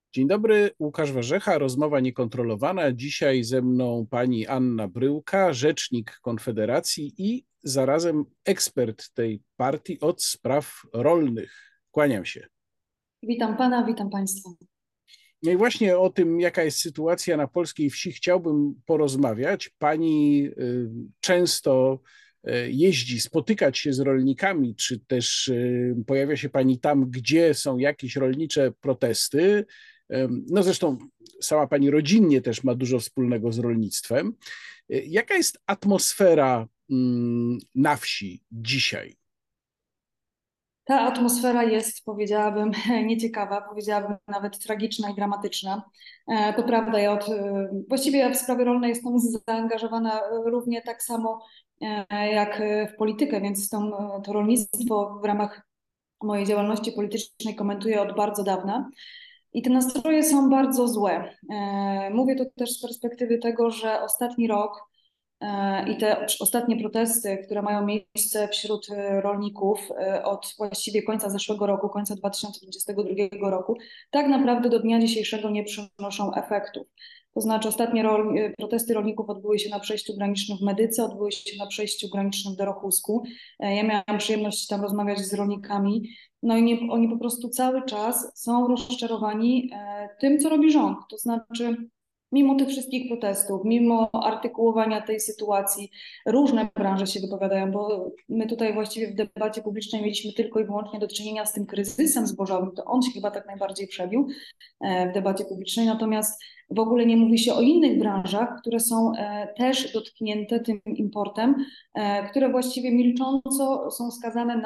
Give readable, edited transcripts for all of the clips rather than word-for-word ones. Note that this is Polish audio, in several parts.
Dzień dobry, Łukasz Warzecha, rozmowa niekontrolowana. Dzisiaj ze mną pani Anna Bryłka, rzecznik Konfederacji i zarazem ekspert tej partii od spraw rolnych. Kłaniam się. Witam pana, witam państwa. No i właśnie o tym, jaka jest sytuacja na polskiej wsi, chciałbym porozmawiać. Pani często jeździ, spotykać się z rolnikami, czy też pojawia się pani tam, gdzie są jakieś rolnicze protesty. No zresztą sama pani rodzinnie też ma dużo wspólnego z rolnictwem. Jaka jest atmosfera na wsi dzisiaj? Ta atmosfera jest, powiedziałabym, nieciekawa, powiedziałabym nawet tragiczna i dramatyczna. To prawda, właściwie ja w sprawy rolne jestem zaangażowana równie tak samo jak w politykę, więc to rolnictwo w ramach mojej działalności politycznej komentuję od bardzo dawna. I te nastroje są bardzo złe. Mówię to też z perspektywy tego, że ostatni rok i te ostatnie protesty, które mają miejsce wśród rolników od właściwie końca zeszłego roku, końca 2022 roku, tak naprawdę do dnia dzisiejszego nie przynoszą efektów. To znaczy protesty rolników odbyły się na przejściu granicznym w Medyce, odbyły się na przejściu granicznym w Dorochusku. Ja miałam przyjemność tam rozmawiać z rolnikami. No i oni po prostu cały czas są rozczarowani tym, co robi rząd. To znaczy mimo tych wszystkich protestów, mimo artykułowania tej sytuacji, różne branże się wypowiadają, bo my tutaj właściwie w debacie publicznej mieliśmy tylko i wyłącznie do czynienia z tym kryzysem zbożowym, to on się chyba tak najbardziej przebił w debacie publicznej, natomiast w ogóle nie mówi się o innych branżach, które są też dotknięte tym importem, które właściwie milcząco są skazane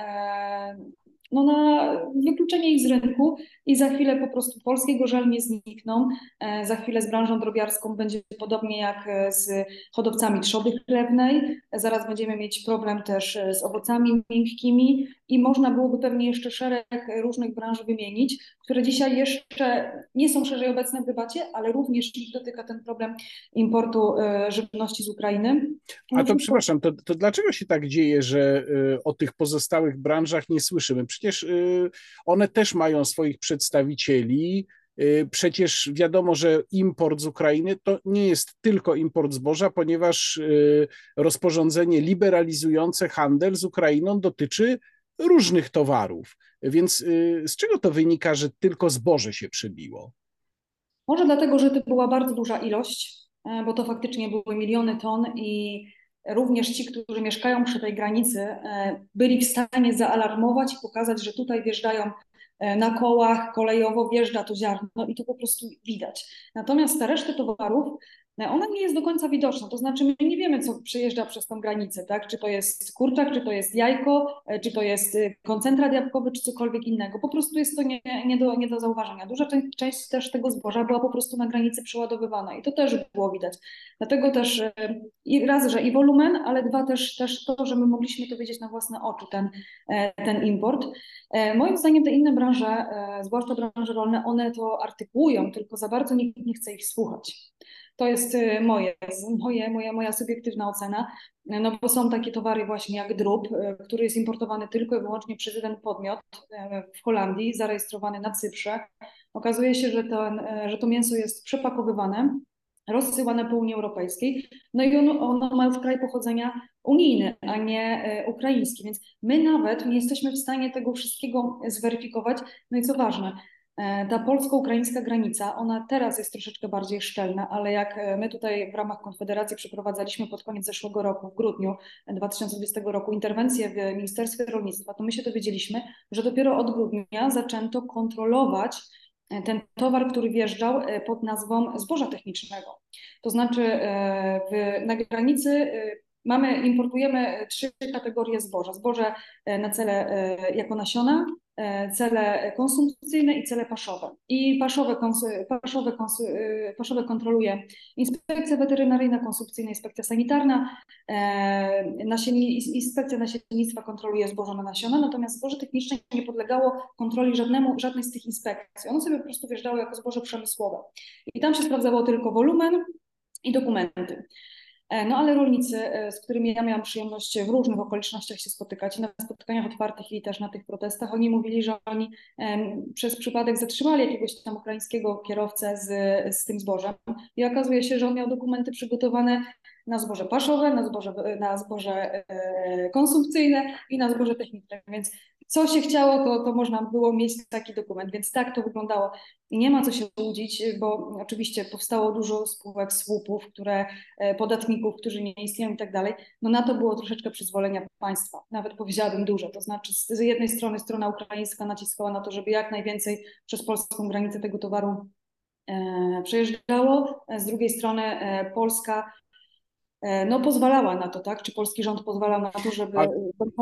na wykluczenie ich z rynku i za chwilę po prostu polskie gorzelnie znikną. Za chwilę z branżą drobiarską będzie podobnie jak z hodowcami trzody chlewnej. Zaraz będziemy mieć problem też z owocami miękkimi i można byłoby pewnie jeszcze szereg różnych branż wymienić, które dzisiaj jeszcze nie są szerzej obecne w debacie, ale również ich dotyka ten problem importu żywności z Ukrainy. A Na to przykład przepraszam, to dlaczego się tak dzieje, że o tych pozostałych branżach nie słyszymy? Przecież one też mają swoich przedstawicieli. Przecież wiadomo, że import z Ukrainy to nie jest tylko import zboża, ponieważ rozporządzenie liberalizujące handel z Ukrainą dotyczy różnych towarów. Więc z czego to wynika, że tylko zboże się przebiło? może dlatego, że to była bardzo duża ilość, bo to faktycznie były miliony ton i również ci, którzy mieszkają przy tej granicy, byli w stanie zaalarmować i pokazać, że tutaj wjeżdżają na kołach, kolejowo wjeżdża to ziarno i to po prostu widać. Natomiast ta reszta towarów, ona nie jest do końca widoczna. To znaczy my nie wiemy, co przejeżdża przez tą granicę, tak? Czy to jest kurczak, czy to jest jajko, czy to jest koncentrat jabłkowy, czy cokolwiek innego. Po prostu jest to nie do zauważenia. Duża część też tego zboża była po prostu na granicy przeładowywana i to też było widać. Dlatego też i raz, że i wolumen, ale dwa też to, że my mogliśmy to wiedzieć na własne oczy, ten import. Moim zdaniem te inne branże, zwłaszcza branże rolne, one to artykułują, tylko za bardzo nikt nie chce ich słuchać. To jest moja subiektywna ocena, no bo są takie towary właśnie jak drób, który jest importowany tylko i wyłącznie przez jeden podmiot w Holandii, zarejestrowany na Cyprze. Okazuje się, że to mięso jest przepakowywane, rozsyłane po Unii Europejskiej, no i ono ma już kraj pochodzenia unijny, a nie ukraiński, więc my nawet nie jesteśmy w stanie tego wszystkiego zweryfikować. No i co ważne, ta polsko-ukraińska granica, ona teraz jest troszeczkę bardziej szczelna, ale jak my tutaj w ramach Konfederacji przeprowadzaliśmy pod koniec zeszłego roku, w grudniu 2020 roku, interwencję w Ministerstwie Rolnictwa, to my się dowiedzieliśmy, że dopiero od grudnia zaczęto kontrolować ten towar, który wjeżdżał pod nazwą zboża technicznego. To znaczy na granicy importujemy trzy kategorie zboża. Zboże na cele jako nasiona, cele konsumpcyjne i cele paszowe. I paszowe kontroluje inspekcja weterynaryjna, konsumpcyjna inspekcja sanitarna, inspekcja nasiennictwa kontroluje zboże na nasiona, natomiast zboże techniczne nie podlegało kontroli żadnej z tych inspekcji. One sobie po prostu wjeżdżały jako zboże przemysłowe. I tam się sprawdzało tylko wolumen i dokumenty. No ale rolnicy, z którymi ja miałam przyjemność w różnych okolicznościach się spotykać, i na spotkaniach otwartych i też na tych protestach, oni mówili, że oni przez przypadek zatrzymali jakiegoś tam ukraińskiego kierowcę z tym zbożem i okazuje się, że on miał dokumenty przygotowane na zboże paszowe, na zboże konsumpcyjne i na zboże techniczne, więc co się chciało, to można było mieć taki dokument, więc tak to wyglądało. I nie ma co się łudzić, bo oczywiście powstało dużo spółek, słupów, podatników, którzy nie istnieją i tak dalej. No na to było troszeczkę przyzwolenia państwa, nawet powiedziałabym dużo. To znaczy z jednej strony strona ukraińska naciskała na to, żeby jak najwięcej przez polską granicę tego towaru przejeżdżało, z drugiej strony Polska no, pozwalała na to, tak? Czy polski rząd pozwalał na to, żeby A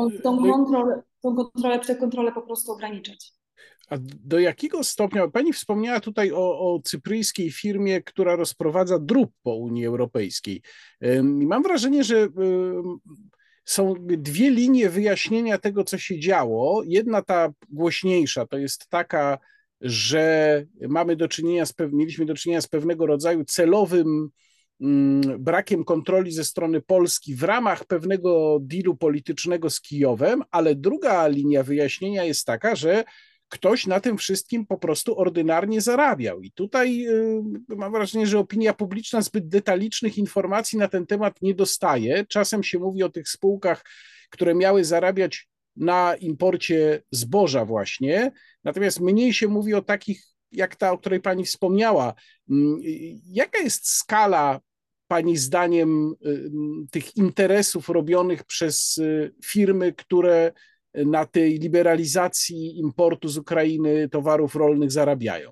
tę kontrolę po prostu ograniczać? A do jakiego stopnia, pani wspomniała tutaj o cypryjskiej firmie, która rozprowadza drób po Unii Europejskiej. Mam wrażenie, że są dwie linie wyjaśnienia tego, co się działo. Jedna, ta głośniejsza, to jest taka, że mieliśmy do czynienia z pewnego rodzaju celowym brakiem kontroli ze strony Polski w ramach pewnego dealu politycznego z Kijowem, ale druga linia wyjaśnienia jest taka, że ktoś na tym wszystkim po prostu ordynarnie zarabiał. I tutaj mam wrażenie, że opinia publiczna zbyt detalicznych informacji na ten temat nie dostaje. Czasem się mówi o tych spółkach, które miały zarabiać na imporcie zboża właśnie, natomiast mniej się mówi o takich, jak ta, o której pani wspomniała. Jaka jest skala, pani zdaniem, tych interesów robionych przez firmy, które na tej liberalizacji importu z Ukrainy towarów rolnych zarabiają?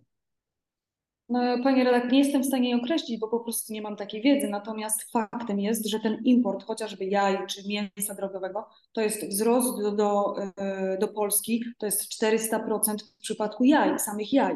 No, panie redaktor, nie jestem w stanie jej określić, bo po prostu nie mam takiej wiedzy. Natomiast faktem jest, że ten import chociażby jaj czy mięsa drogowego to jest wzrost do Polski, to jest 400% w przypadku jaj, samych jaj.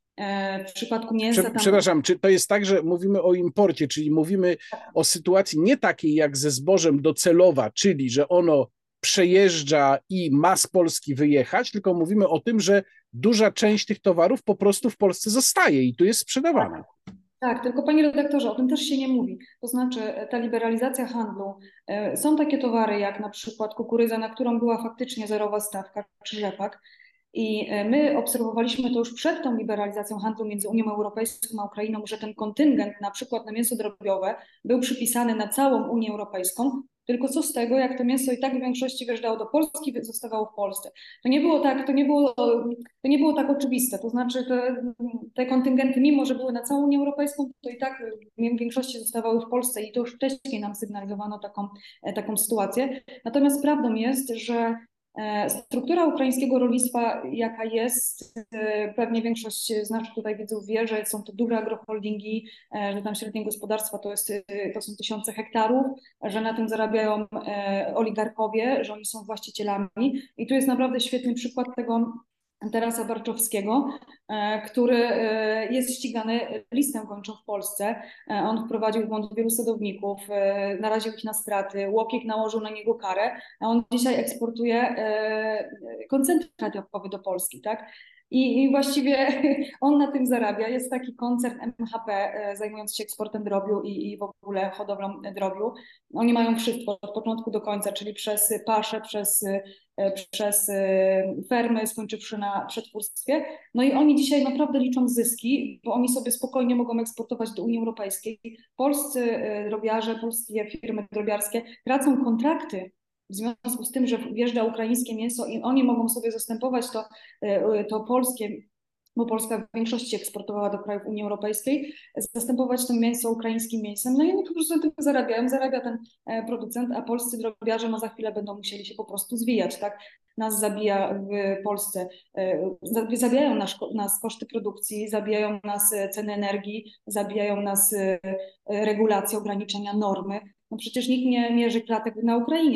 W przypadku mięsa tam... Przepraszam, czy to jest tak, że mówimy o imporcie, czyli mówimy o sytuacji nie takiej jak ze zbożem docelowa, czyli że ono przejeżdża i ma z Polski wyjechać, tylko mówimy o tym, że duża część tych towarów po prostu w Polsce zostaje i tu jest sprzedawana. Tak, tylko panie redaktorze, o tym też się nie mówi. To znaczy ta liberalizacja handlu, są takie towary jak na przykład kukurydza, na którą była faktycznie zerowa stawka, czy rzepak. I my obserwowaliśmy to już przed tą liberalizacją handlu między Unią Europejską a Ukrainą, że ten kontyngent na przykład na mięso drobiowe był przypisany na całą Unię Europejską, tylko co z tego, jak to mięso i tak w większości wjeżdżało do Polski, zostawało w Polsce. To nie było tak, to nie było tak oczywiste. To znaczy te kontyngenty, mimo że były na całą Unię Europejską, to i tak w większości zostawały w Polsce i to już wcześniej nam sygnalizowano taką sytuację. Natomiast prawdą jest, że struktura ukraińskiego rolnictwa, jaka jest, pewnie większość z naszych tutaj widzów wie, że są to duże agroholdingi, że tam średnie gospodarstwa to są tysiące hektarów, że na tym zarabiają oligarchowie, że oni są właścicielami. I tu jest naprawdę świetny przykład tego Tarasa Barczowskiego, który jest ścigany listem gończym w Polsce. On wprowadził w błąd wielu sadowników, naraził ich na straty, UOKiK nałożył na niego karę, a on dzisiaj eksportuje koncentrat jabłkowy do Polski, tak? I właściwie on na tym zarabia. Jest taki koncern MHP zajmujący się eksportem drobiu i w ogóle hodowlą drobiu. Oni mają wszystko od początku do końca, czyli przez pasze, przez fermy, skończywszy na przetwórstwie. No i oni dzisiaj naprawdę liczą zyski, bo oni sobie spokojnie mogą eksportować do Unii Europejskiej. Polscy drobiarze, polskie firmy drobiarskie tracą kontrakty w związku z tym, że wjeżdża ukraińskie mięso i oni mogą sobie zastępować to polskie, bo Polska w większości eksportowała do krajów Unii Europejskiej, zastępować to mięso ukraińskim mięsem. No i oni po prostu na tym zarabiają, zarabia ten producent, a polscy drobiarze no za chwilę będą musieli się po prostu zwijać, tak? Nas zabija w Polsce, zabijają nas koszty produkcji, zabijają nas ceny energii, zabijają nas regulacje, ograniczenia, normy. No przecież nikt nie mierzy klatek na Ukrainie, tak?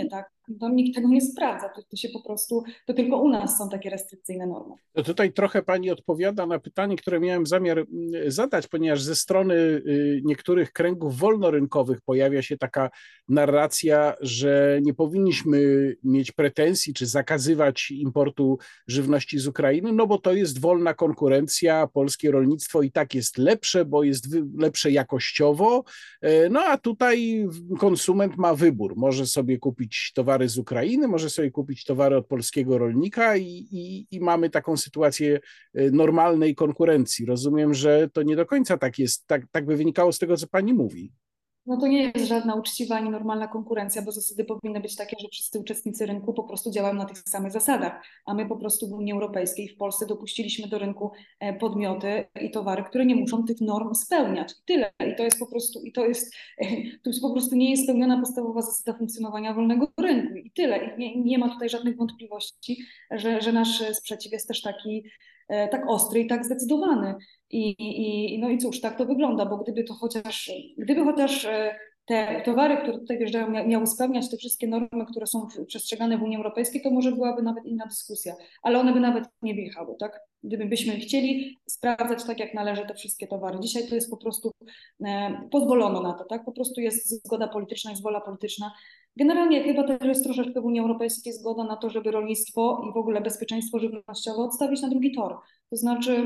Tam nikt tego nie sprawdza, to się po prostu, to tylko u nas są takie restrykcyjne normy. To tutaj trochę pani odpowiada na pytanie, które miałem zamiar zadać, ponieważ ze strony niektórych kręgów wolnorynkowych pojawia się taka narracja, że nie powinniśmy mieć pretensji czy zakazywać importu żywności z Ukrainy, no bo to jest wolna konkurencja, polskie rolnictwo i tak jest lepsze, bo jest lepsze jakościowo, no a tutaj konsument ma wybór, może sobie kupić towary z Ukrainy, może sobie kupić towary od polskiego rolnika i mamy taką sytuację normalnej konkurencji. Rozumiem, że to nie do końca tak jest, tak by wynikało z tego, co pani mówi. No to nie jest żadna uczciwa ani normalna konkurencja, bo zasady powinny być takie, że wszyscy uczestnicy rynku po prostu działają na tych samych zasadach, a my po prostu w Unii Europejskiej, w Polsce dopuściliśmy do rynku podmioty i towary, które nie muszą tych norm spełniać. I tyle. I to jest po prostu, to już po prostu nie jest spełniona podstawowa zasada funkcjonowania wolnego rynku. I tyle. I nie ma tutaj żadnych wątpliwości, że nasz sprzeciw jest też taki, tak ostry i tak zdecydowany. No i cóż, tak to wygląda, bo gdyby chociaż te towary, które tutaj wjeżdżają, miały spełniać te wszystkie normy, które są przestrzegane w Unii Europejskiej, to może byłaby nawet inna dyskusja, ale one by nawet nie wjechały, tak? Gdybyśmy chcieli sprawdzać tak, jak należy te wszystkie towary. Dzisiaj to jest po prostu, pozwolono na to, tak? Po prostu jest zgoda polityczna, jest wola polityczna. Generalnie chyba też jest troszeczkę w Unii Europejskiej zgoda na to, żeby rolnictwo i w ogóle bezpieczeństwo żywnościowe odstawić na drugi tor. To znaczy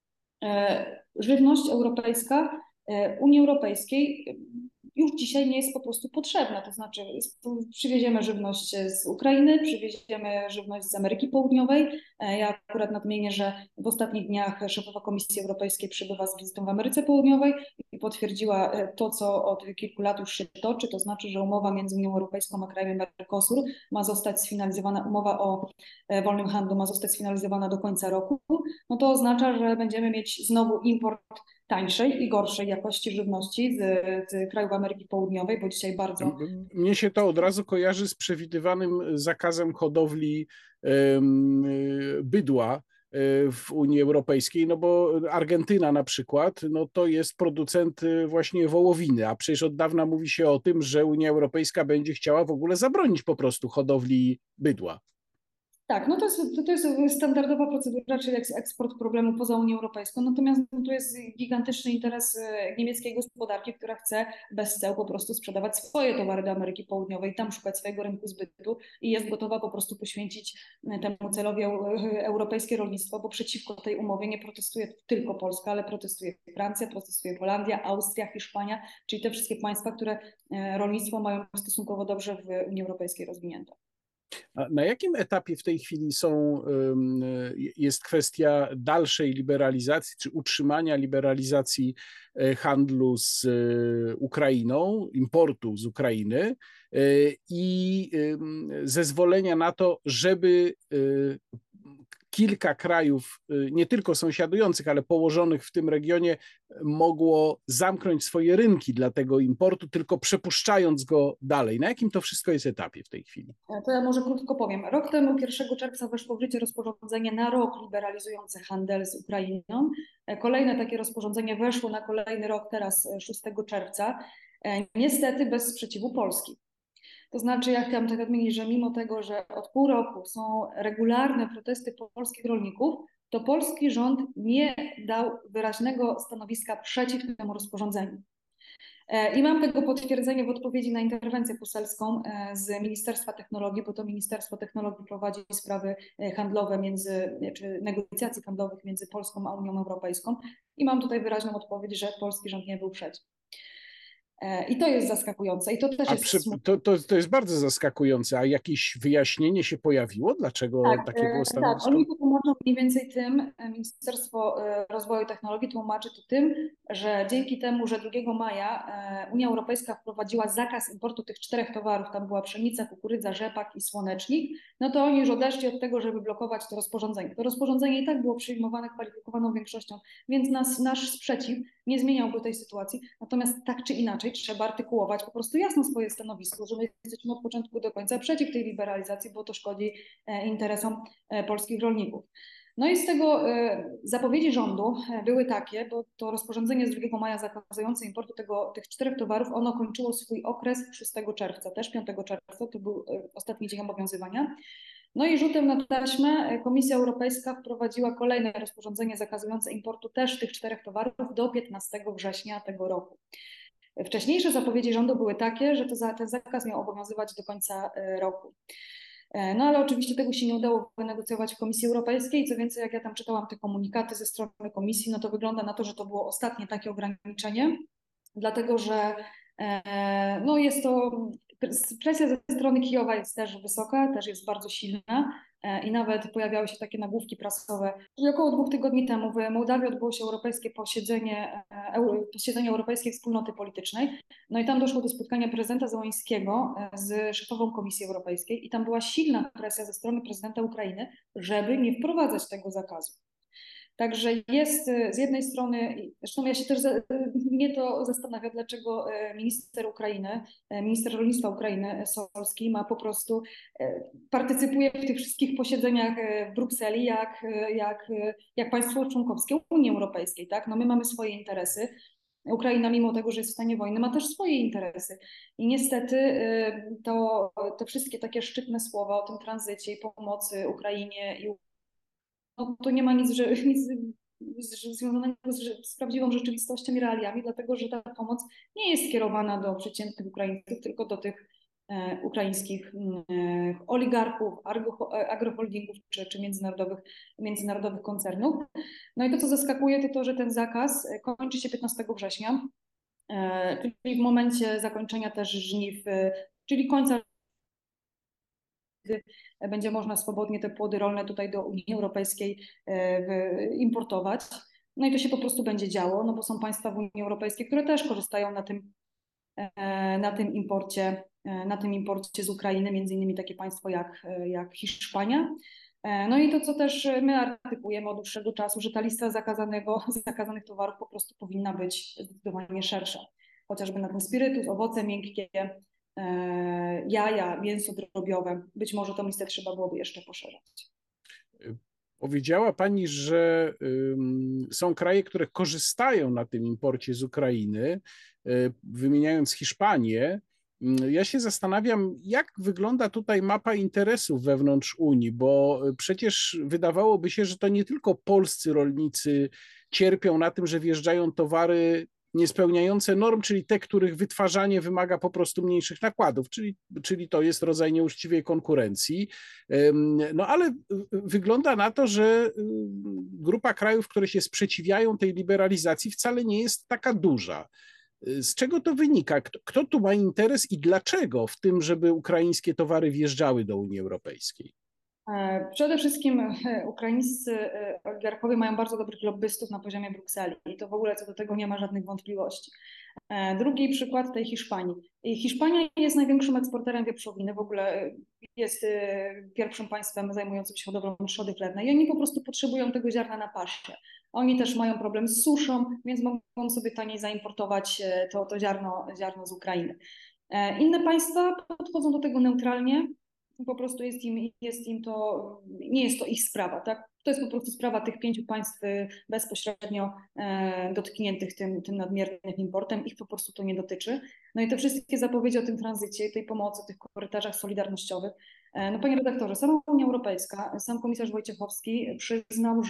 żywność europejska Unii Europejskiej już dzisiaj nie jest po prostu potrzebna. To znaczy przywieziemy żywność z Ukrainy, przywieziemy żywność z Ameryki Południowej. Ja akurat nadmienię, że w ostatnich dniach szefowa Komisji Europejskiej przybywa z wizytą w Ameryce Południowej i potwierdziła to, co od kilku lat już się toczy, to znaczy, że umowa między Unią Europejską a krajami Mercosur ma zostać sfinalizowana, umowa o wolnym handlu ma zostać sfinalizowana do końca roku. No to oznacza, że będziemy mieć znowu import tańszej i gorszej jakości żywności z krajów Ameryki Południowej, bo dzisiaj bardzo... Mnie się to od razu kojarzy z przewidywanym zakazem hodowli bydła w Unii Europejskiej, no bo Argentyna na przykład, no to jest producent właśnie wołowiny, a przecież od dawna mówi się o tym, że Unia Europejska będzie chciała w ogóle zabronić po prostu hodowli bydła. Tak, no to jest standardowa procedura, czyli eksport problemu poza Unią Europejską. Natomiast tu jest gigantyczny interes niemieckiej gospodarki, która chce bez ceł po prostu sprzedawać swoje towary do Ameryki Południowej, tam szukać swojego rynku zbytu i jest gotowa po prostu poświęcić temu celowi europejskie rolnictwo, bo przeciwko tej umowie nie protestuje tylko Polska, ale protestuje Francja, protestuje Holandia, Austria, Hiszpania, czyli te wszystkie państwa, które rolnictwo mają stosunkowo dobrze w Unii Europejskiej rozwinięte. A na jakim etapie w tej chwili jest kwestia dalszej liberalizacji czy utrzymania liberalizacji handlu z Ukrainą, importu z Ukrainy i zezwolenia na to, żeby kilka krajów, nie tylko sąsiadujących, ale położonych w tym regionie, mogło zamknąć swoje rynki dla tego importu, tylko przepuszczając go dalej. Na jakim to wszystko jest etapie w tej chwili? To ja może krótko powiem. Rok temu, 1 czerwca, weszło w życie rozporządzenie na rok liberalizujące handel z Ukrainą. Kolejne takie rozporządzenie weszło na kolejny rok, teraz 6 czerwca, niestety bez sprzeciwu Polski. To znaczy, ja chciałam tak odmienić, że mimo tego, że od pół roku są regularne protesty polskich rolników, to polski rząd nie dał wyraźnego stanowiska przeciw temu rozporządzeniu. I mam tego potwierdzenie w odpowiedzi na interwencję poselską z Ministerstwa Technologii, bo to Ministerstwo Technologii prowadzi sprawy handlowe czy negocjacji handlowych między Polską a Unią Europejską i mam tutaj wyraźną odpowiedź, że polski rząd nie był przeciw. I to jest zaskakujące i to też jest smutne. To jest bardzo zaskakujące. A jakieś wyjaśnienie się pojawiło? Dlaczego takie było stanowisko? Tak, oni to tłumaczą mniej więcej tym, Ministerstwo Rozwoju i Technologii tłumaczy to tym, że dzięki temu, że 2 maja Unia Europejska wprowadziła zakaz importu tych 4 towarów, tam była pszenica, kukurydza, rzepak i słonecznik, no to oni już odeszli od tego, żeby blokować to rozporządzenie. To rozporządzenie i tak było przyjmowane kwalifikowaną większością, więc nasz sprzeciw nie zmieniałby tej sytuacji. Natomiast tak czy inaczej trzeba artykułować po prostu jasno swoje stanowisko, że my jesteśmy od początku do końca przeciw tej liberalizacji, bo to szkodzi interesom polskich rolników. No i z tego zapowiedzi rządu były takie, bo to rozporządzenie z 2 maja zakazujące importu tych 4 towarów, ono kończyło swój okres 6 czerwca, też 5 czerwca, to był ostatni dzień obowiązywania. No i rzutem na taśmę Komisja Europejska wprowadziła kolejne rozporządzenie zakazujące importu też tych 4 towarów do 15 września tego roku. Wcześniejsze zapowiedzi rządu były takie, że ten zakaz miał obowiązywać do końca roku. No ale oczywiście tego się nie udało wynegocjować w Komisji Europejskiej. Co więcej, jak ja tam czytałam te komunikaty ze strony Komisji, no to wygląda na to, że to było ostatnie takie ograniczenie, dlatego że no jest to, presja ze strony Kijowa jest też wysoka, też jest bardzo silna i nawet pojawiały się takie nagłówki prasowe. I około 2 tygodni temu w Mołdawii odbyło się europejskie posiedzenie Europejskiej Wspólnoty Politycznej. No i tam doszło do spotkania prezydenta Zełańskiego z szefową Komisji Europejskiej i tam była silna presja ze strony prezydenta Ukrainy, żeby nie wprowadzać tego zakazu. Także jest z jednej strony, zresztą ja się też, mnie to zastanawia, dlaczego minister rolnictwa Ukrainy, Solski, ma po prostu, partycypuje w tych wszystkich posiedzeniach w Brukseli, jak państwo członkowskie Unii Europejskiej, tak? No my mamy swoje interesy. Ukraina, mimo tego, że jest w stanie wojny, ma też swoje interesy. I niestety te wszystkie takie szczytne słowa o tym tranzycie i pomocy Ukrainie i no to nie ma nic związanego z prawdziwą rzeczywistością i realiami, dlatego że ta pomoc nie jest skierowana do przeciętnych Ukraińców, tylko do tych ukraińskich oligarchów, agroholdingów czy międzynarodowych koncernów. No i to, co zaskakuje, to to, że ten zakaz kończy się 15 września, czyli w momencie zakończenia też żniw, czyli końca, będzie można swobodnie te płody rolne tutaj do Unii Europejskiej importować. No i to się po prostu będzie działo, no bo są państwa w Unii Europejskiej, które też korzystają na tym imporcie z Ukrainy, między innymi takie państwo jak Hiszpania. No i to, co też my artykułujemy od dłuższego czasu, że ta lista zakazanych towarów po prostu powinna być zdecydowanie szersza. Chociażby na ten spirytus, owoce miękkie, jaja, mięso drobiowe. Być może tą listę trzeba byłoby jeszcze poszerzać. Powiedziała Pani, że są kraje, które korzystają na tym imporcie z Ukrainy, wymieniając Hiszpanię. Ja się zastanawiam, jak wygląda tutaj mapa interesów wewnątrz Unii, bo przecież wydawałoby się, że to nie tylko polscy rolnicy cierpią na tym, że wjeżdżają towary niespełniające norm, czyli te, których wytwarzanie wymaga po prostu mniejszych nakładów, czyli to jest rodzaj nieuczciwej konkurencji. No ale wygląda na to, że grupa krajów, które się sprzeciwiają tej liberalizacji, wcale nie jest taka duża. Z czego to wynika? Kto tu ma interes i dlaczego w tym, żeby ukraińskie towary wjeżdżały do Unii Europejskiej? Przede wszystkim ukraińscy oligarchowie mają bardzo dobrych lobbystów na poziomie Brukseli i to w ogóle co do tego nie ma żadnych wątpliwości. Drugi przykład tej Hiszpanii. Hiszpania jest największym eksporterem wieprzowiny, w ogóle jest pierwszym państwem zajmującym się hodowlą trzody chlewnej i oni po prostu potrzebują tego ziarna na paście. Oni też mają problem z suszą, więc mogą sobie taniej zaimportować to ziarno z Ukrainy. Inne państwa podchodzą do tego neutralnie, po prostu jest im to, nie jest to ich sprawa, tak? To jest po prostu sprawa tych 5 państw bezpośrednio dotkniętych tym nadmiernym importem. Ich po prostu to nie dotyczy. No i te wszystkie zapowiedzi o tym tranzycie, tej pomocy, o tych korytarzach solidarnościowych. No panie redaktorze, sama Unia Europejska, sam komisarz Wojciechowski przyznał,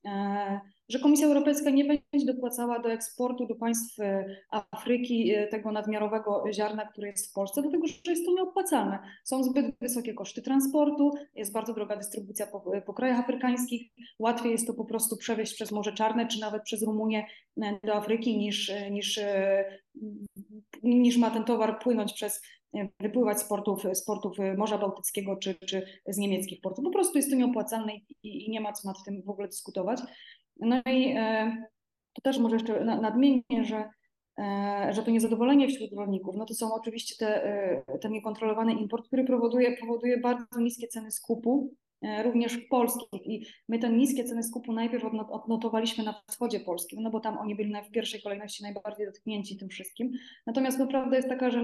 że Komisja Europejska nie będzie dopłacała do eksportu do państw Afryki tego nadmiarowego ziarna, które jest w Polsce, dlatego że jest to nieopłacalne. Są zbyt wysokie koszty transportu, jest bardzo droga dystrybucja po krajach afrykańskich, łatwiej jest to po prostu przewieźć przez Morze Czarne, czy nawet przez Rumunię do Afryki, niż ma ten towar wypływać z portów Morza Bałtyckiego czy z niemieckich portów. Po prostu jest to nieopłacalne i nie ma co nad tym w ogóle dyskutować. No i to też może jeszcze nadmienię, że to niezadowolenie wśród rolników, no to są oczywiście ten niekontrolowany import, który powoduje bardzo niskie ceny skupu, również polskich. I my te niskie ceny skupu najpierw odnotowaliśmy na wschodzie Polski, no bo tam oni byli w pierwszej kolejności najbardziej dotknięci tym wszystkim. Natomiast no, prawda jest taka, że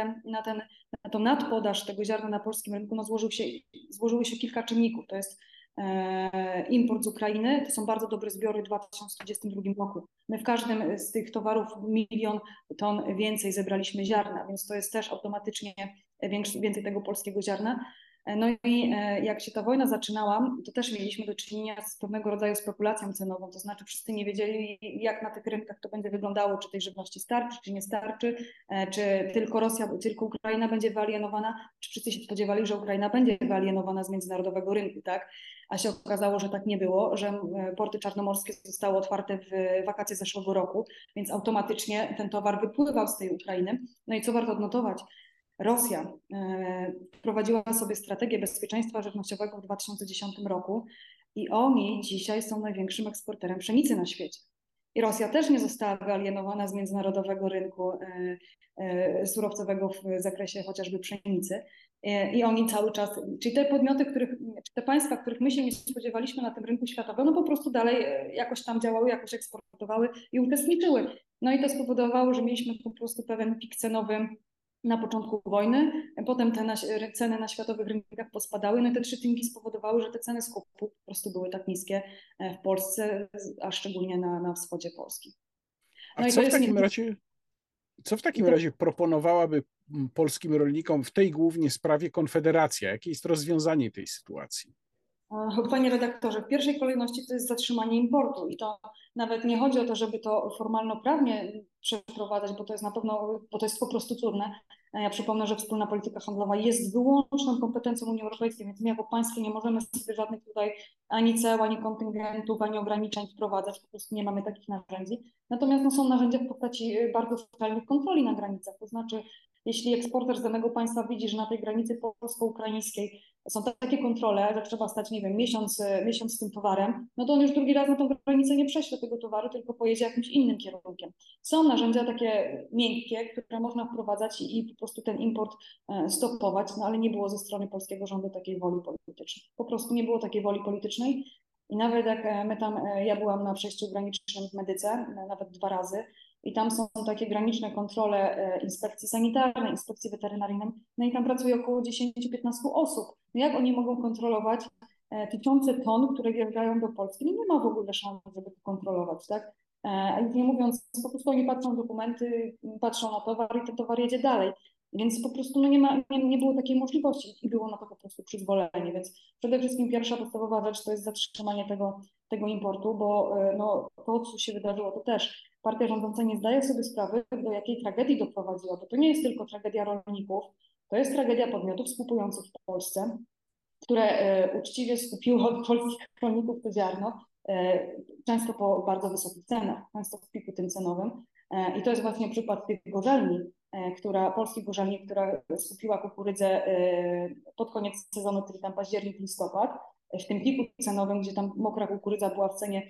na tą nadpodaż tego ziarna na polskim rynku no, złożyły się kilka czynników. To jest import z Ukrainy, to są bardzo dobre zbiory w 2022 roku. My w każdym z tych towarów 1 000 000 ton więcej zebraliśmy ziarna, więc to jest też automatycznie więcej tego polskiego ziarna. No i jak się ta wojna zaczynała, to też mieliśmy do czynienia z pewnego rodzaju spekulacją cenową, to znaczy wszyscy nie wiedzieli, jak na tych rynkach to będzie wyglądało, czy tej żywności starczy, czy nie starczy, czy tylko Rosja, tylko Ukraina będzie wyalienowana, czy wszyscy się spodziewali, że Ukraina będzie wyalienowana z międzynarodowego rynku, tak? A się okazało, że tak nie było, że porty czarnomorskie zostały otwarte w wakacje zeszłego roku, więc automatycznie ten towar wypływał z tej Ukrainy. No i co warto odnotować, Rosja wprowadziła sobie strategię bezpieczeństwa żywnościowego w 2010 roku i oni dzisiaj są największym eksporterem pszenicy na świecie. I Rosja też nie została wyalienowana z międzynarodowego rynku surowcowego w zakresie chociażby pszenicy. I oni cały czas, czyli te podmioty, czy te państwa, których my się nie spodziewaliśmy na tym rynku światowym, no po prostu dalej jakoś tam działały, jakoś eksportowały i uczestniczyły. No i to spowodowało, że mieliśmy po prostu pewien pik cenowy na początku wojny, potem te ceny na światowych rynkach pospadały, no i te trzy czynniki spowodowały, że te ceny skupu po prostu były tak niskie w Polsce, a szczególnie na wschodzie Polski. A No i co to w jest takim razie, proponowałaby polskim rolnikom w tej głównie sprawie Konfederacja? Jakie jest rozwiązanie tej sytuacji? Panie redaktorze, w pierwszej kolejności to jest zatrzymanie importu i to nawet nie chodzi o to, żeby to formalno-prawnie przeprowadzać, bo to jest na pewno, bo to jest po prostu trudne. Ja przypomnę, że wspólna polityka handlowa jest wyłączną kompetencją Unii Europejskiej, więc my jako państwo nie możemy sobie żadnych tutaj ani ceł, ani kontyngentów, ani ograniczeń wprowadzać, po prostu nie mamy takich narzędzi. Natomiast no, są narzędzia w postaci bardzo szczelnych kontroli na granicach, to znaczy jeśli eksporter z danego państwa widzi, że na tej granicy polsko-ukraińskiej są takie kontrole, że trzeba stać, nie wiem, miesiąc z tym towarem, no to on już drugi raz na tą granicę nie prześle tego towaru, tylko pojedzie jakimś innym kierunkiem. Są narzędzia takie miękkie, które można wprowadzać i po prostu ten import stopować, no ale nie było ze strony polskiego rządu takiej woli politycznej. Po prostu nie było takiej woli politycznej i nawet jak ja byłam na przejściu granicznym w Medyce, nawet 2 razy, i tam są takie graniczne kontrole inspekcji sanitarnej, inspekcji weterynaryjnej, no i tam pracuje około 10-15 osób. No jak oni mogą kontrolować tysiące ton, które wjeżdżają do Polski? No nie ma w ogóle szans, żeby to kontrolować, tak? A już nie mówiąc, po prostu oni patrzą w dokumenty, patrzą na towar i ten towar jedzie dalej. Więc po prostu no nie było takiej możliwości i było na to po prostu przyzwolenie. Więc przede wszystkim pierwsza podstawowa rzecz to jest zatrzymanie tego importu, bo no, to, co się wydarzyło, to też partia rządząca nie zdaje sobie sprawy, do jakiej tragedii doprowadziła, bo to nie jest tylko tragedia rolników, to jest tragedia podmiotów skupujących w Polsce, które uczciwie skupiło od polskich rolników to ziarno, często po bardzo wysokich cenach, często w piku tym cenowym. I to jest właśnie przykład tych gorzelni, polskich gorzelni, która skupiła kukurydzę pod koniec sezonu, czyli tam październik, listopad, w tym piku cenowym, gdzie tam mokra kukurydza była w cenie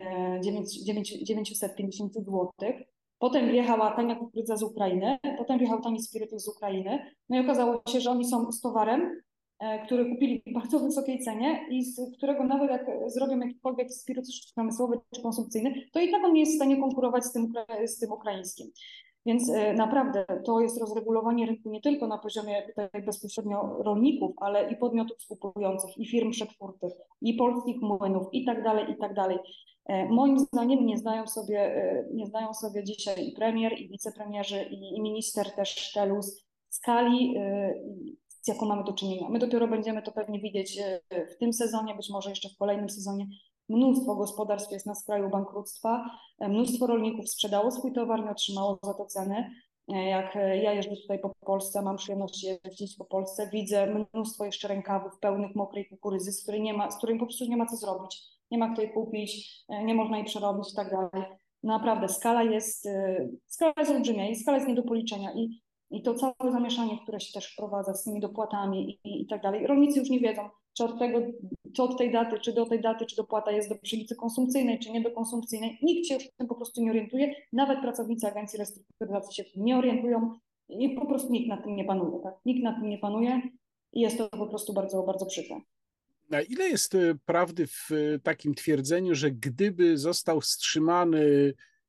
950 zł. Potem wjechała tania kukurydza z Ukrainy, potem wjechał tani spirytus z Ukrainy. No i okazało się, że oni są z towarem, który kupili w bardzo wysokiej cenie i z którego nawet jak zrobią jakikolwiek spirytus przemysłowy czy konsumpcyjny, to i tak on nie jest w stanie konkurować z tym ukraińskim. Więc naprawdę to jest rozregulowanie rynku nie tylko na poziomie tutaj bezpośrednio rolników, ale i podmiotów skupujących, i firm przetwórczych, i polskich młynów i tak dalej, i tak dalej. Moim zdaniem nie zdają sobie dzisiaj i premier, i wicepremierzy, i minister też Telus skali, z jaką mamy do czynienia. My dopiero będziemy to pewnie widzieć w tym sezonie, być może jeszcze w kolejnym sezonie. Mnóstwo gospodarstw jest na skraju bankructwa, mnóstwo rolników sprzedało swój towar, nie otrzymało za to ceny. Jak ja jeżdżę tutaj po Polsce, mam przyjemność jeździć po Polsce, widzę mnóstwo jeszcze rękawów pełnych mokrej kukurydzy, z której po prostu nie ma co zrobić. Nie ma kto jej kupić, nie można jej przerobić i tak dalej. Naprawdę skala jest olbrzymia i skala jest nie do policzenia. I to całe zamieszanie, które się też wprowadza z tymi dopłatami i tak dalej. Rolnicy już nie wiedzą, czy od tej daty, czy do tej daty, czy dopłata jest do pszenicy konsumpcyjnej, czy nie do konsumpcyjnej. Nikt się już w tym po prostu nie orientuje. Nawet pracownicy Agencji Restrukturyzacji się w tym nie orientują i po prostu nikt nad tym nie panuje. Tak? Nikt nad tym nie panuje i jest to po prostu bardzo, bardzo przykre. Na ile jest prawdy w takim twierdzeniu, że gdyby został wstrzymany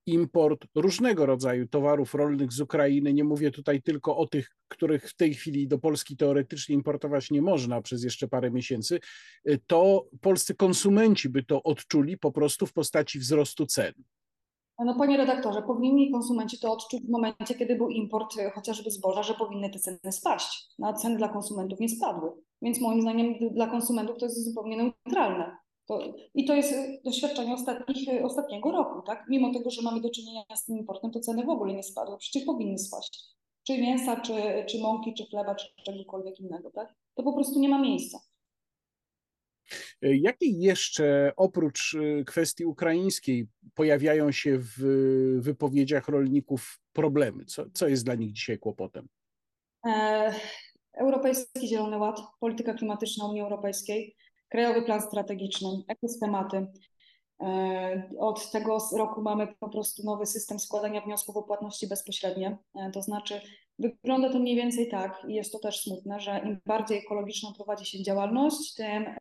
import różnego rodzaju towarów rolnych z Ukrainy. Nie mówię tutaj tylko o tych, których w tej chwili do Polski teoretycznie importować nie można przez jeszcze parę miesięcy, to polscy konsumenci by to odczuli po prostu w postaci wzrostu cen. No panie redaktorze, powinni konsumenci to odczuć w momencie, kiedy był import chociażby zboża, że powinny te ceny spaść. No, a ceny dla konsumentów nie spadły. Więc moim zdaniem dla konsumentów to jest zupełnie neutralne. I to jest doświadczenie ostatniego roku, tak? Mimo tego, że mamy do czynienia z tym importem, to ceny w ogóle nie spadły. Przecież powinny spaść. Czy mięsa, czy mąki, czy chleba, czy czegokolwiek innego, tak? To po prostu nie ma miejsca. Jakie jeszcze oprócz kwestii ukraińskiej pojawiają się w wypowiedziach rolników problemy? Co jest dla nich dzisiaj kłopotem? E, Europejski Zielony Ład, polityka klimatyczna Unii Europejskiej, Krajowy Plan Strategiczny, ekoschematy. Od tego roku mamy po prostu nowy system składania wniosków o płatności bezpośrednie. To znaczy wygląda to mniej więcej tak i jest to też smutne, że im bardziej ekologiczną prowadzi się działalność,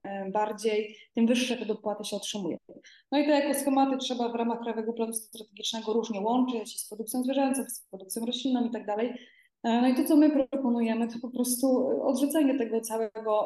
tym wyższe te dopłaty się otrzymuje. No i te ekoschematy trzeba w ramach Krajowego Planu Strategicznego różnie łączyć z produkcją zwierzęcą, z produkcją roślinną i tak dalej. No i to, co my proponujemy, to po prostu odrzucenie tego całego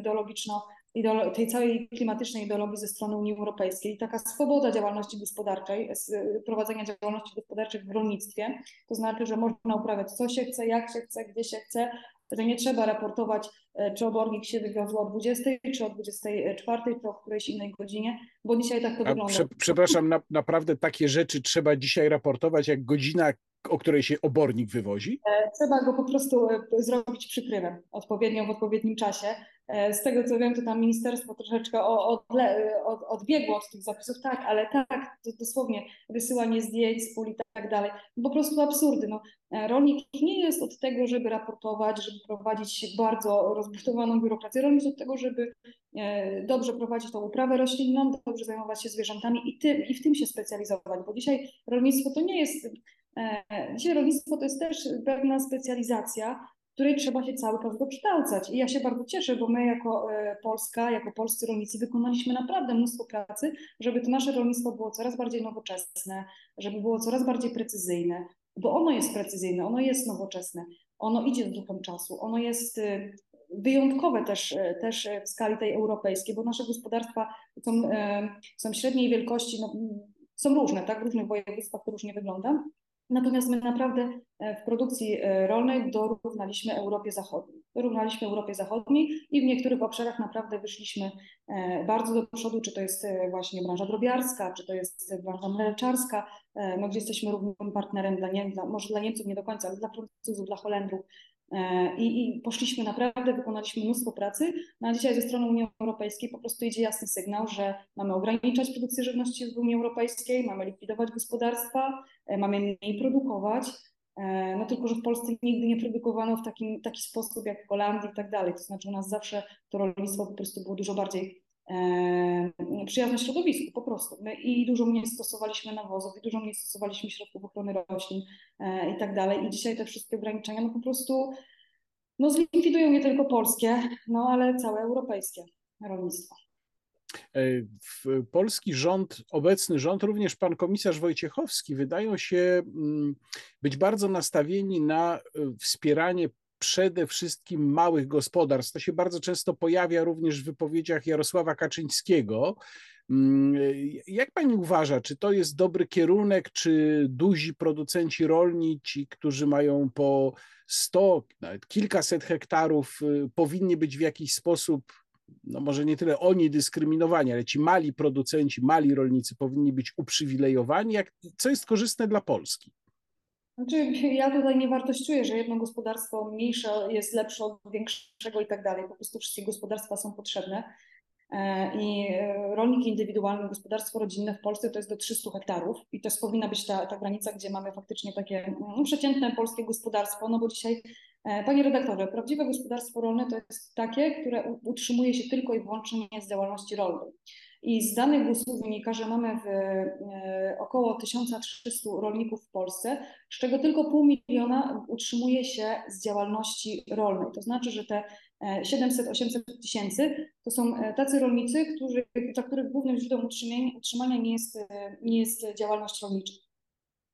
tej całej klimatycznej ideologii ze strony Unii Europejskiej. Taka swoboda działalności gospodarczej, prowadzenia działalności gospodarczej w rolnictwie, to znaczy, że można uprawiać co się chce, jak się chce, gdzie się chce, że nie trzeba raportować, czy obornik się wywiozło o 20, czy o 24, czy o którejś innej godzinie, bo dzisiaj tak to wygląda. Przepraszam, naprawdę takie rzeczy trzeba dzisiaj raportować, jak godzina, o której się obornik wywozi? Trzeba go po prostu zrobić przykrywem odpowiednio w odpowiednim czasie. Z tego co wiem, to tam ministerstwo troszeczkę odbiegło od tych zapisów, tak, ale tak, dosłownie wysyłanie zdjęć z pól i tak dalej. Po prostu absurdy. No, rolnik nie jest od tego, żeby raportować, żeby prowadzić bardzo rozbudowaną biurokrację. Rolnik jest od tego, żeby dobrze prowadzić tą uprawę roślinną, dobrze zajmować się zwierzętami i w tym się specjalizować, bo dzisiaj rolnictwo to nie jest Dzisiaj rolnictwo to jest też pewna specjalizacja, w której trzeba się cały czas dokształcać. I ja się bardzo cieszę, bo my jako Polska, jako polscy rolnicy wykonaliśmy naprawdę mnóstwo pracy, żeby to nasze rolnictwo było coraz bardziej nowoczesne, żeby było coraz bardziej precyzyjne, bo ono jest precyzyjne, ono jest nowoczesne, ono idzie z duchem czasu, ono jest wyjątkowe też w skali tej europejskiej, bo nasze gospodarstwa są średniej wielkości, no, są różne, tak? W różnych województwach to różnie wygląda. Natomiast my naprawdę w produkcji rolnej dorównaliśmy Europie Zachodniej. Dorównaliśmy Europie Zachodniej i w niektórych obszarach naprawdę wyszliśmy bardzo do przodu, czy to jest właśnie branża drobiarska, czy to jest branża mleczarska, no, gdzie jesteśmy równym partnerem może dla Niemców nie do końca, ale dla Francuzów, dla Holendrów. I poszliśmy naprawdę, wykonaliśmy mnóstwo pracy, no a dzisiaj ze strony Unii Europejskiej po prostu idzie jasny sygnał, że mamy ograniczać produkcję żywności w Unii Europejskiej, mamy likwidować gospodarstwa, mamy mniej produkować, no tylko, że w Polsce nigdy nie produkowano w taki sposób jak w Holandii i tak dalej, to znaczy u nas zawsze to rolnictwo po prostu było dużo bardziej przyjazne środowisku po prostu. My i dużo mniej stosowaliśmy nawozów, i dużo mniej stosowaliśmy środków ochrony roślin i tak dalej. I dzisiaj te wszystkie ograniczenia no po prostu no zlikwidują nie tylko polskie, no ale całe europejskie rolnictwo. Polski rząd, obecny rząd, również pan komisarz Wojciechowski wydają się być bardzo nastawieni na wspieranie przede wszystkim małych gospodarstw. To się bardzo często pojawia również w wypowiedziach Jarosława Kaczyńskiego. Jak pani uważa, czy to jest dobry kierunek, czy duzi producenci rolni, ci, którzy mają po 100, nawet kilkaset hektarów, powinni być w jakiś sposób, no może nie tyle oni dyskryminowani, ale ci mali producenci, mali rolnicy powinni być uprzywilejowani? Co jest korzystne dla Polski? Znaczy, ja tutaj nie wartościuję, że jedno gospodarstwo mniejsze jest lepsze od większego i tak dalej. Po prostu wszystkie gospodarstwa są potrzebne. I rolnik indywidualny, gospodarstwo rodzinne w Polsce to jest do 300 hektarów i to powinna być ta granica, gdzie mamy faktycznie takie przeciętne polskie gospodarstwo, no bo dzisiaj, panie redaktorze, prawdziwe gospodarstwo rolne to jest takie, które utrzymuje się tylko i wyłącznie z działalności rolnej. I z danych GUS-u wynika, że mamy około 1300 rolników w Polsce, z czego tylko 500 000 utrzymuje się z działalności rolnej. To znaczy, że te 700-800 tysięcy to są tacy rolnicy, dla których głównym źródłem utrzymania nie jest działalność rolnicza.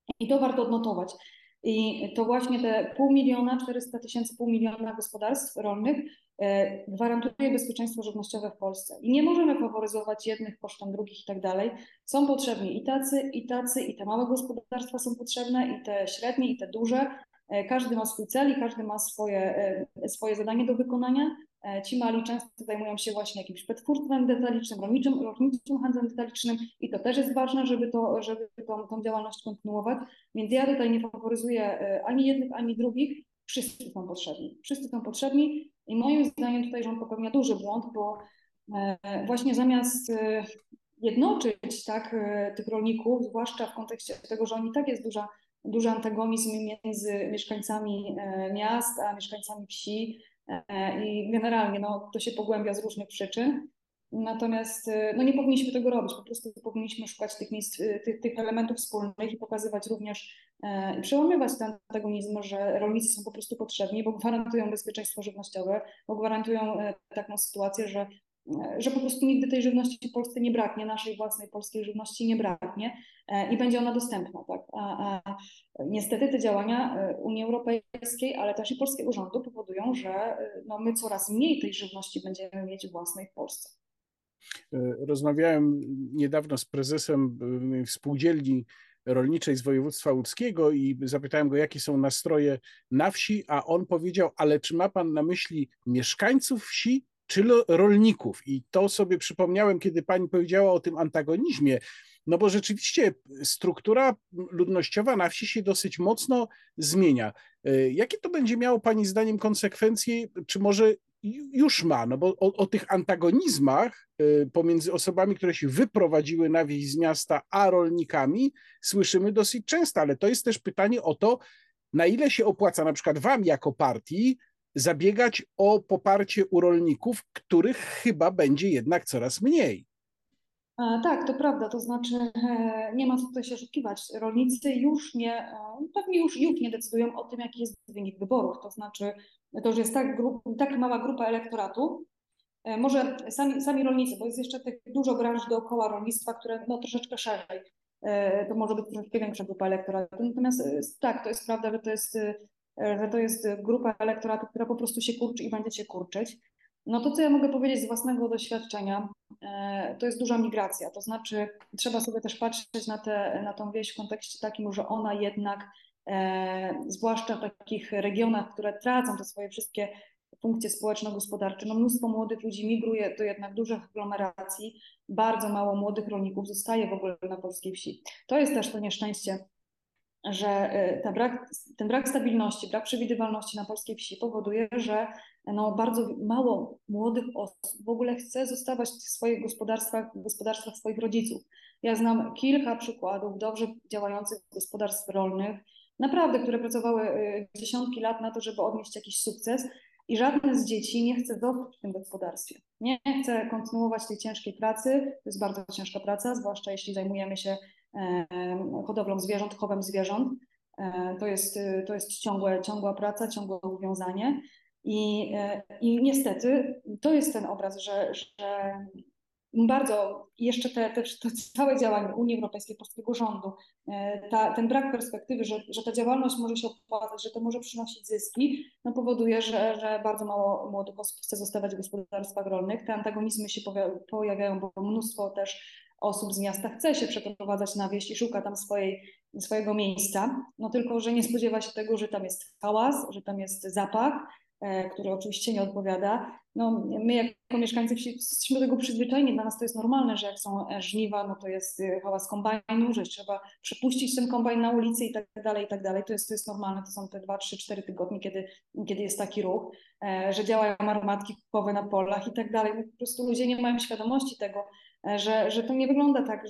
I to warto odnotować. I to właśnie te 500 000, 400 000, 500 000 gospodarstw rolnych gwarantuje bezpieczeństwo żywnościowe w Polsce. I nie możemy faworyzować jednych kosztem drugich i tak dalej. Są potrzebni i tacy, i tacy, i te małe gospodarstwa są potrzebne, i te średnie, i te duże. Każdy ma swój cel i każdy ma swoje zadanie do wykonania. Ci mali często zajmują się właśnie jakimś przetwórstwem detalicznym, rolniczym handlem detalicznym i to też jest ważne, żeby tą działalność kontynuować. Więc ja tutaj nie faworyzuję ani jednych, ani drugich. Wszyscy są potrzebni. Wszyscy są potrzebni i moim zdaniem tutaj rząd popełnia duży błąd, bo właśnie zamiast jednoczyć tak, tych rolników, zwłaszcza w kontekście tego, że oni tak jest duży antagonizm między mieszkańcami miast a mieszkańcami wsi i generalnie no, to się pogłębia z różnych przyczyn. Natomiast no, nie powinniśmy tego robić, po prostu powinniśmy szukać tych miejsc, tych elementów wspólnych i pokazywać również i przełamywać ten antagonizm, że rolnicy są po prostu potrzebni, bo gwarantują bezpieczeństwo żywnościowe, bo gwarantują taką sytuację, że po prostu nigdy tej żywności w Polsce nie braknie, naszej własnej polskiej żywności nie braknie i będzie ona dostępna. Tak? A niestety te działania Unii Europejskiej, ale też i polskiego rządu powodują, że no, my coraz mniej tej żywności będziemy mieć własnej w Polsce. Rozmawiałem niedawno z prezesem spółdzielni rolniczej z województwa łódzkiego i zapytałem go, jakie są nastroje na wsi, a on powiedział, ale czy ma pan na myśli mieszkańców wsi, czy rolników? I to sobie przypomniałem, kiedy pani powiedziała o tym antagonizmie, no bo rzeczywiście struktura ludnościowa na wsi się dosyć mocno zmienia. Jakie to będzie miało pani zdaniem konsekwencje, czy może już ma, no bo o tych antagonizmach pomiędzy osobami, które się wyprowadziły na wieś z miasta, a rolnikami słyszymy dosyć często, ale to jest też pytanie o to, na ile się opłaca na przykład wam jako partii zabiegać o poparcie u rolników, których chyba będzie jednak coraz mniej. Tak, to prawda, to znaczy nie ma co tutaj się oszukiwać. Rolnicy już nie, pewnie już nie decydują o tym, jaki jest wynik wyborów. To znaczy, to już jest tak mała grupa elektoratu, może sami rolnicy, bo jest jeszcze tych dużo branż dookoła rolnictwa, które no, troszeczkę szerzej. To może być troszeczkę większa grupa elektoratu. Natomiast tak, to jest prawda, że to jest grupa elektoratu, która po prostu się kurczy i będzie się kurczyć. No to, co ja mogę powiedzieć z własnego doświadczenia, to jest duża migracja. To znaczy, trzeba sobie też patrzeć na tą wieś w kontekście takim, że ona jednak, zwłaszcza w takich regionach, które tracą te swoje wszystkie funkcje społeczno-gospodarcze, no mnóstwo młodych ludzi migruje do jednak dużych aglomeracji, bardzo mało młodych rolników zostaje w ogóle na polskiej wsi. To jest też to nieszczęście, że ten brak stabilności, brak przewidywalności na polskiej wsi powoduje, że no, bardzo mało młodych osób w ogóle chce zostawać w swoich gospodarstwach swoich rodziców. Ja znam kilka przykładów dobrze działających gospodarstw rolnych, naprawdę, które pracowały dziesiątki lat na to, żeby odnieść jakiś sukces i żadne z dzieci nie chce zostać w tym gospodarstwie. Nie chce kontynuować tej ciężkiej pracy, to jest bardzo ciężka praca, zwłaszcza jeśli zajmujemy się hodowlą zwierząt, chowem zwierząt. To jest ciągła praca, ciągłe uwiązanie. I niestety to jest ten obraz, że bardzo jeszcze to całe działanie Unii Europejskiej, polskiego rządu, ten brak perspektywy, że ta działalność może się opłacać, że to może przynosić zyski, no powoduje, że bardzo mało młodych osób chce zostawać w gospodarstwach rolnych. Te antagonizmy się pojawiają, bo mnóstwo też osób z miasta chce się przeprowadzać na wieś i szuka tam swojego miejsca, no tylko, że nie spodziewa się tego, że tam jest hałas, że tam jest zapach, który oczywiście nie odpowiada. No, my jako mieszkańcy wsi jesteśmy do tego przyzwyczajeni, dla nas to jest normalne, że jak są żniwa, no to jest hałas kombajnu, że trzeba przepuścić ten kombajn na ulicy i tak dalej, i tak dalej. To jest normalne, to są te 2, 3, 4 tygodnie, kiedy jest taki ruch, że działają armatki kupowe na polach i tak dalej. No, po prostu ludzie nie mają świadomości tego, że to nie wygląda tak,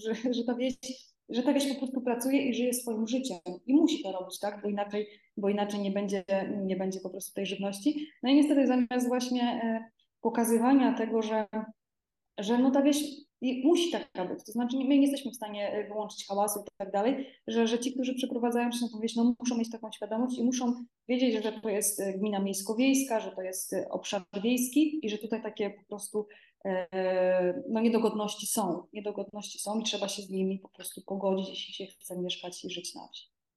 że ta wieś po prostu pracuje i żyje swoim życiem i musi to robić, tak? Bo inaczej nie będzie po prostu tej żywności. No i niestety zamiast właśnie pokazywania tego, że no ta wieś musi taka być, to znaczy my nie jesteśmy w stanie wyłączyć hałasu i tak dalej, że ci, którzy przeprowadzają się na tą wieś, no muszą mieć taką świadomość i muszą wiedzieć, że to jest gmina miejsko-wiejska, że to jest obszar wiejski i że tutaj takie po prostu no niedogodności są i trzeba się z nimi po prostu pogodzić, jeśli się chce mieszkać i żyć na wsi.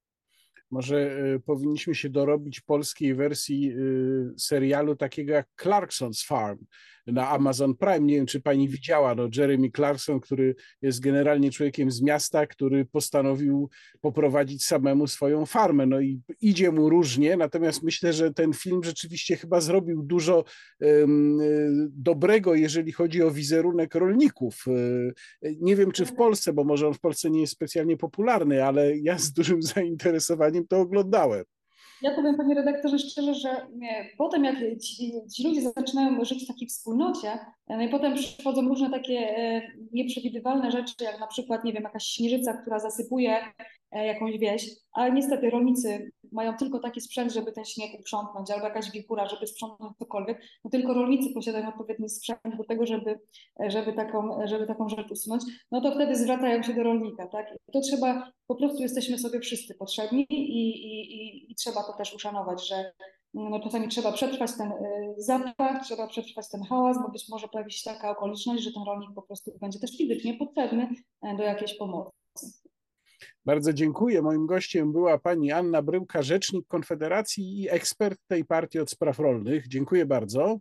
Może powinniśmy się dorobić polskiej wersji serialu takiego jak Clarkson's Farm na Amazon Prime. Nie wiem, czy pani widziała, no Jeremy Clarkson, który jest generalnie człowiekiem z miasta, który postanowił poprowadzić samemu swoją farmę. No i idzie mu różnie, natomiast myślę, że ten film rzeczywiście chyba zrobił dużo dobrego, jeżeli chodzi o wizerunek rolników. Nie wiem, czy w Polsce, bo może on w Polsce nie jest specjalnie popularny, ale ja z dużym zainteresowaniem to oglądałem. Ja powiem, panie redaktorze, szczerze, że potem jak ci ludzie zaczynają żyć w takiej wspólnocie, no i potem przychodzą różne takie nieprzewidywalne rzeczy, jak na przykład, nie wiem, jakaś śnieżyca, która zasypuje jakąś wieś, ale niestety rolnicy mają tylko taki sprzęt, żeby ten śnieg uprzątnąć, albo jakaś wichura, żeby sprzątnąć cokolwiek, no tylko rolnicy posiadają odpowiedni sprzęt do tego, żeby taką rzecz usunąć, no to wtedy zwracają się do rolnika, tak? I to trzeba, po prostu jesteśmy sobie wszyscy potrzebni i trzeba to też uszanować, że no, czasami trzeba przetrwać ten zapach, trzeba przetrwać ten hałas, bo być może pojawi się taka okoliczność, że ten rolnik po prostu będzie też fizycznie potrzebny do jakiejś pomocy. Bardzo dziękuję. Moim gościem była pani Anna Bryłka, rzecznik Konfederacji i ekspert tej partii od spraw rolnych. Dziękuję bardzo.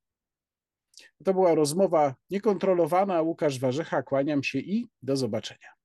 To była rozmowa niekontrolowana. Łukasz Warzecha, kłaniam się i do zobaczenia.